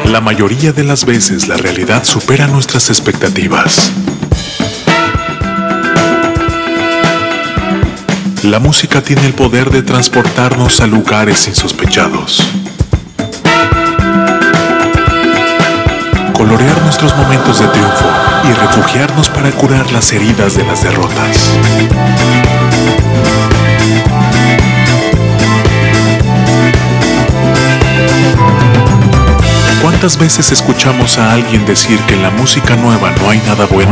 La mayoría de las veces la realidad supera nuestras expectativas. La música tiene el poder de transportarnos a lugares insospechados. Colorear nuestros momentos de triunfo y refugiarnos para curar las heridas de las derrotas. ¿Cuántas veces escuchamos a alguien decir que en la música nueva no hay nada bueno?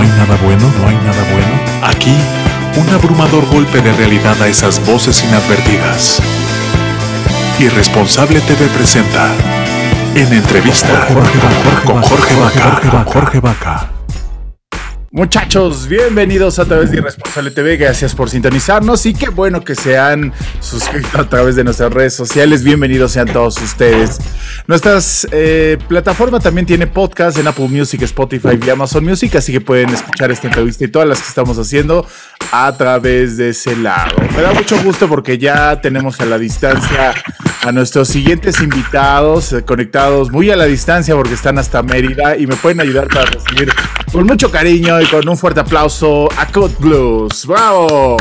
Aquí, un abrumador golpe de realidad a esas voces inadvertidas. Irresponsable TV presenta En entrevista con Jorge Vaca. Muchachos, bienvenidos a través de Irresponsable TV, gracias por sintonizarnos y qué bueno que se han suscrito a través de nuestras redes sociales. Bienvenidos sean todos ustedes. Nuestra plataforma también tiene podcast en Apple Music, Spotify y Amazon Music, así que pueden escuchar esta entrevista y todas las que estamos haciendo a través de ese lado. Me da mucho gusto porque ya tenemos a la distancia a nuestros siguientes invitados, conectados muy a la distancia porque están hasta Mérida y me pueden ayudar para recibir con mucho cariño y con un fuerte aplauso a Cut Blues. ¡Bravo!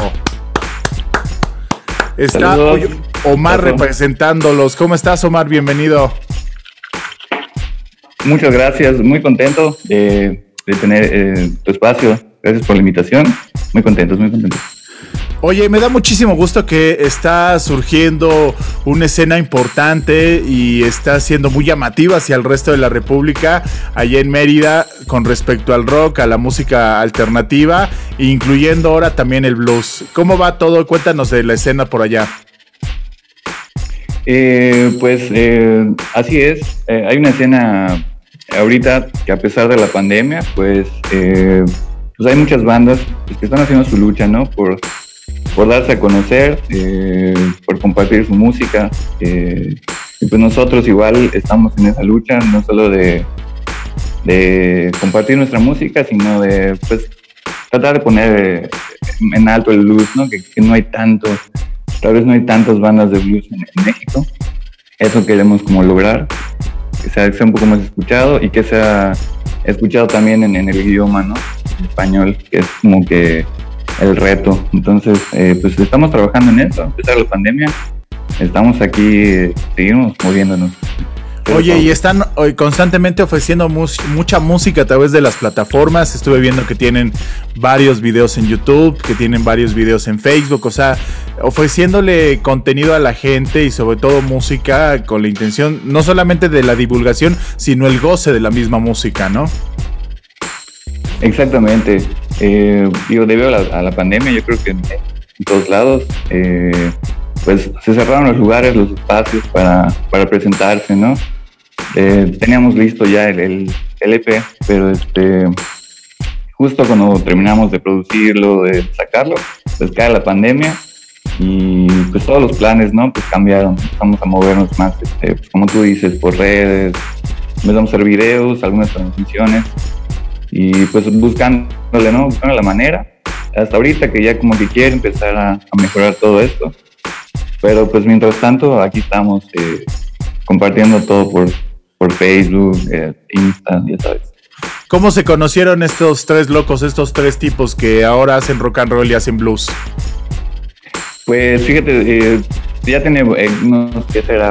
Está hoy Omar representándolos. ¿Cómo estás, Omar? Bienvenido. Muchas gracias, muy contento de tener tu espacio. Gracias por la invitación. Muy contentos. Oye, me da muchísimo gusto que está surgiendo una escena importante y está siendo muy llamativa hacia el resto de la República, allá en Mérida, con respecto al rock, a la música alternativa, incluyendo ahora también el blues. ¿Cómo va todo? Cuéntanos de la escena por allá. Así es. Hay una escena ahorita que, a pesar de la pandemia, pues hay muchas bandas que están haciendo su lucha, ¿no? Por darse a conocer, por compartir su música. Y pues nosotros igual estamos en esa lucha, no solo de compartir nuestra música, sino de pues tratar de poner en alto el blues, ¿no? Que no hay tanto, tal vez no hay tantas bandas de blues en México. Eso queremos como lograr, que sea un poco más escuchado y que sea escuchado también en el idioma, ¿no? En español, que es como que el reto. Entonces, pues estamos trabajando en eso, a pesar de la pandemia. Estamos aquí, seguimos moviéndonos. Oye, y están constantemente ofreciendo mucha música a través de las plataformas. Estuve viendo que tienen varios videos en YouTube, que tienen varios videos en Facebook, o sea, ofreciéndole contenido a la gente y sobre todo música con la intención no solamente de la divulgación, sino el goce de la misma música, ¿no? Exactamente. Debido a la pandemia, yo creo que en todos lados, pues se cerraron los lugares, los espacios para presentarse, ¿no? Teníamos listo ya el EP, pero justo cuando terminamos de producirlo, de sacarlo, pues cae la pandemia y pues todos los planes, ¿no? Pues cambiaron. Vamos a movernos más, pues, como tú dices, por redes, empezamos a hacer videos, algunas transmisiones. Y pues buscándole, ¿no? Buscando la manera. Hasta ahorita que ya como que quiere empezar a mejorar todo esto. Pero pues mientras tanto aquí estamos compartiendo todo por Facebook, Insta, ya sabes. ¿Cómo se conocieron estos tres locos, estos tres tipos que ahora hacen rock and roll y hacen blues? Pues fíjate, ya tiene unos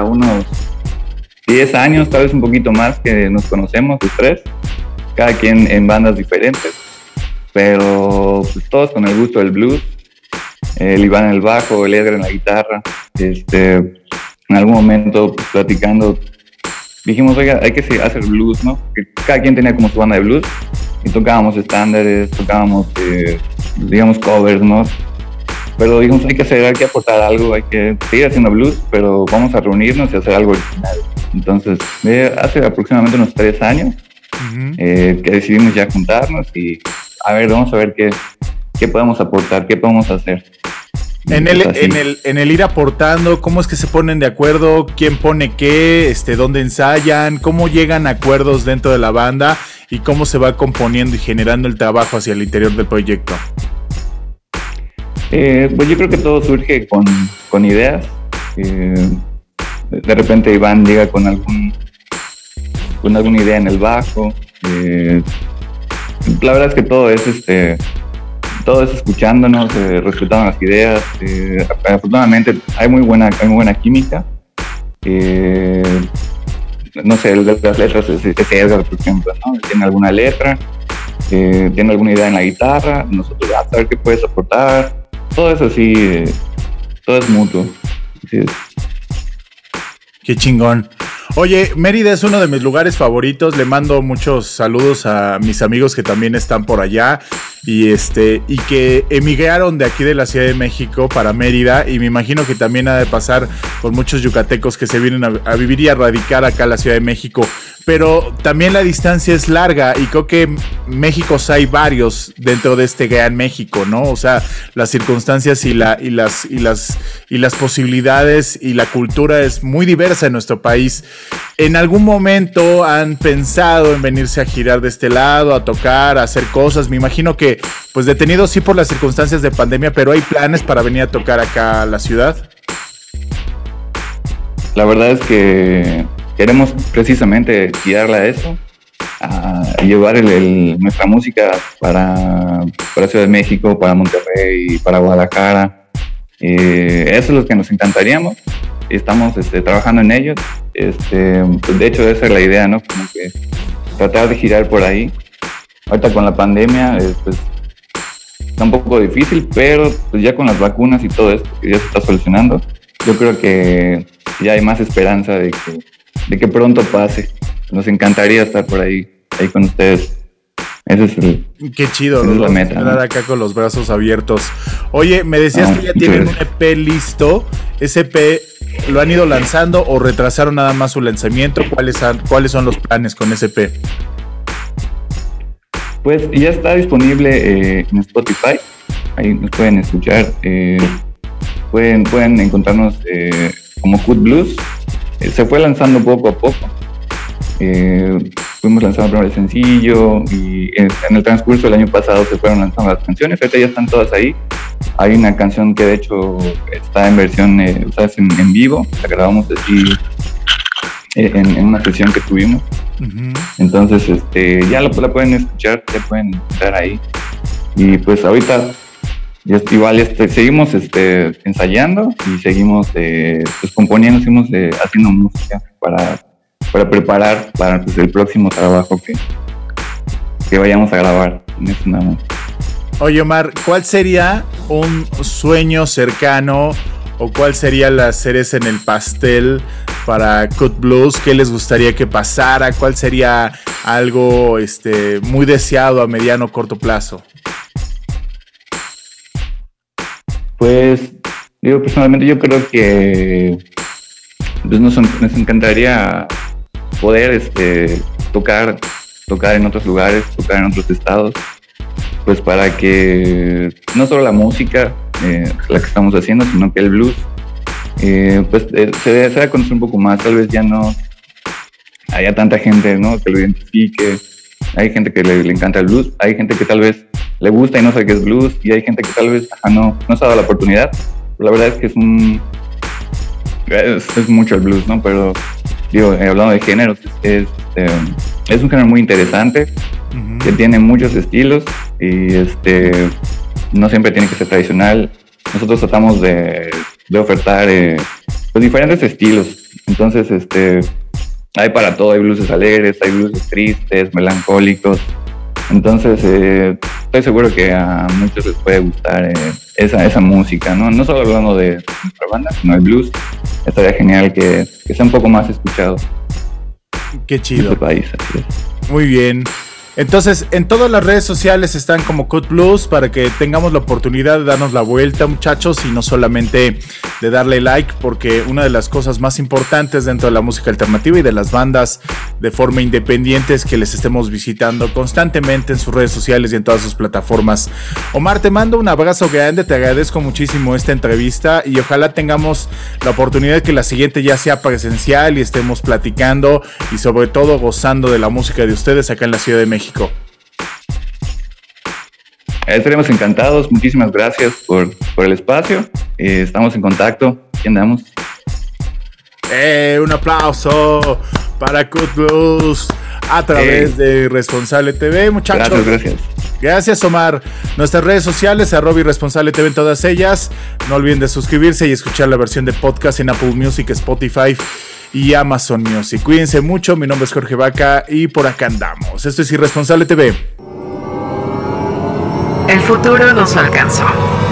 10 años, tal vez un poquito más que nos conocemos los tres. Cada quien en bandas diferentes, pero pues, todos con el gusto del blues. El Iván en el bajo, el Edgar en la guitarra. En algún momento, pues, platicando, dijimos, oiga, hay que hacer blues, ¿no? Porque cada quien tenía como su banda de blues y tocábamos estándares, tocábamos, digamos, covers, ¿no? Pero dijimos, hay que aportar algo, hay que seguir haciendo blues, pero vamos a reunirnos y hacer algo original. Entonces, hace aproximadamente unos 3 años, que decidimos ya juntarnos y vamos a ver qué podemos aportar, qué podemos hacer. En el ir aportando, ¿cómo es que se ponen de acuerdo? ¿Quién pone qué? ¿Dónde ensayan? ¿Cómo llegan a acuerdos dentro de la banda? ¿Y cómo se va componiendo y generando el trabajo hacia el interior del proyecto? Pues yo creo que todo surge con ideas. De repente Iván llega con con alguna idea en el bajo. La verdad es que todo es escuchándonos, respetando las ideas. Afortunadamente hay muy buena química. No sé, el de las letras es Edgar, por ejemplo, ¿no? Tiene alguna letra, tiene alguna idea en la guitarra, nosotros a saber qué puedes aportar. Todo eso sí, todo es mutuo. Así es. Qué chingón. Oye, Mérida es uno de mis lugares favoritos. Le mando muchos saludos a mis amigos que también están por allá y que emigraron de aquí de la Ciudad de México para Mérida, y me imagino que también ha de pasar con muchos yucatecos que se vienen a vivir y a radicar acá a la Ciudad de México. Pero también la distancia es larga y creo que Méxicos hay varios dentro de este gran México, ¿no? O sea, las circunstancias y las posibilidades y la cultura es muy diversa en nuestro país. ¿En algún momento han pensado en venirse a girar de este lado, a tocar, a hacer cosas? Me imagino que, pues, detenidos sí por las circunstancias de pandemia, pero ¿hay planes para venir a tocar acá a la ciudad? La verdad es que queremos precisamente girarla a eso, a llevar nuestra música para Ciudad de México, para Monterrey, para Guadalajara. Eso es lo que nos encantaríamos. Estamos trabajando en ello. Pues de hecho, esa es la idea, ¿no? Como que tratar de girar por ahí. Ahorita con la pandemia, pues está un poco difícil, pero pues ya con las vacunas y todo esto que ya se está solucionando, yo creo que ya hay más esperanza de que pronto pase. Nos encantaría estar por ahí con ustedes. Ese es Qué chido, nos vamos a esperar acá con los brazos abiertos. Oye, me decías que ya tienen un EP listo. ¿Ese EP lo han ido lanzando o retrasaron nada más su lanzamiento? ¿Cuáles son los planes con ese EP? Pues ya está disponible en Spotify. Ahí nos pueden escuchar. Pueden encontrarnos como Cut Blues. Se fue lanzando poco a poco. Fuimos lanzando primero el sencillo y en el transcurso del año pasado se fueron lanzando las canciones. Ahorita ya están todas ahí. Hay una canción que de hecho está en versión en vivo. La grabamos así en una sesión que tuvimos. Uh-huh. Entonces ya la pueden escuchar, ya pueden estar ahí. Y pues ahorita igual seguimos ensayando y seguimos pues componiendo, seguimos haciendo música para preparar para pues, el próximo trabajo que vayamos a grabar en este momento. Oye, Omar, ¿cuál sería un sueño cercano o cuál sería la cereza en el pastel para Cut Blues? ¿Qué les gustaría que pasara? ¿Cuál sería algo muy deseado a mediano o corto plazo? Pues, personalmente yo creo que pues nos encantaría poder tocar en otros lugares, tocar en otros estados, pues para que no solo la música la que estamos haciendo, sino que el blues pues se dé a conocer un poco más. Tal vez ya no haya tanta gente, ¿no?, que lo identifique. Hay gente que le encanta el blues, hay gente que tal vez le gusta y no sabe qué es blues, y hay gente que tal vez no se ha dado la oportunidad. Pero la verdad es que es mucho el blues, ¿no? Pero hablando de géneros, es un género muy interesante, uh-huh, que tiene muchos estilos y no siempre tiene que ser tradicional. Nosotros tratamos de ofertar pues diferentes estilos. Entonces hay para todo, hay blueses alegres, hay blueses tristes, melancólicos. Entonces estoy seguro que a muchos les puede gustar esa música, ¿no? No solo hablando de nuestra banda, sino el blues. Estaría genial que sea un poco más escuchado. Qué chido. En este país, así es. Muy bien. Entonces, en todas las redes sociales están como Cut Blues para que tengamos la oportunidad de darnos la vuelta, muchachos, y no solamente de darle like, porque una de las cosas más importantes dentro de la música alternativa y de las bandas de forma independiente es que les estemos visitando constantemente en sus redes sociales y en todas sus plataformas. Omar, te mando un abrazo grande, te agradezco muchísimo esta entrevista y ojalá tengamos la oportunidad de que la siguiente ya sea presencial y estemos platicando y sobre todo gozando de la música de ustedes acá en la Ciudad de México. Estaremos encantados. Muchísimas gracias por el espacio. Estamos en contacto. ¿Qué andamos? Un aplauso para Cutlus a través de Irresponsable TV, muchachos. Gracias. Gracias, Omar. Nuestras redes sociales, @irresponsabletv en todas ellas. No olviden de suscribirse y escuchar la versión de podcast en Apple Music, Spotify y Amazon Music. Cuídense mucho, mi nombre es Jorge Vaca y por acá andamos. Esto es Irresponsable TV. El futuro nos alcanzó.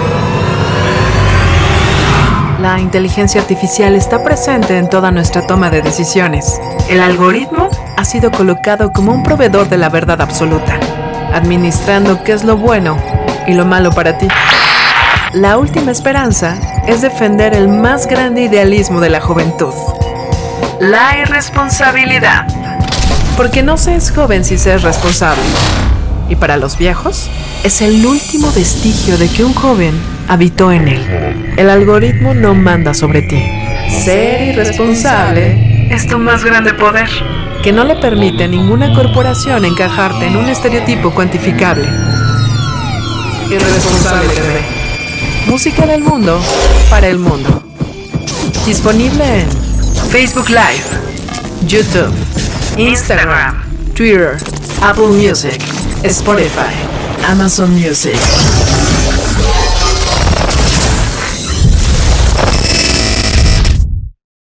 La inteligencia artificial está presente en toda nuestra toma de decisiones. El algoritmo ha sido colocado como un proveedor de la verdad absoluta, administrando qué es lo bueno y lo malo para ti. La última esperanza es defender el más grande idealismo de la juventud: la irresponsabilidad. Porque no se es joven si se es responsable. Y para los viejos, es el último vestigio de que un joven habitó en él. El algoritmo no manda sobre ti. Ser irresponsable es tu más grande poder, que no le permite a ninguna corporación encajarte en un estereotipo cuantificable. Irresponsable TV. Música del mundo para el mundo. Disponible en Facebook Live, YouTube, Instagram, Twitter, Apple Music, Spotify, Amazon Music.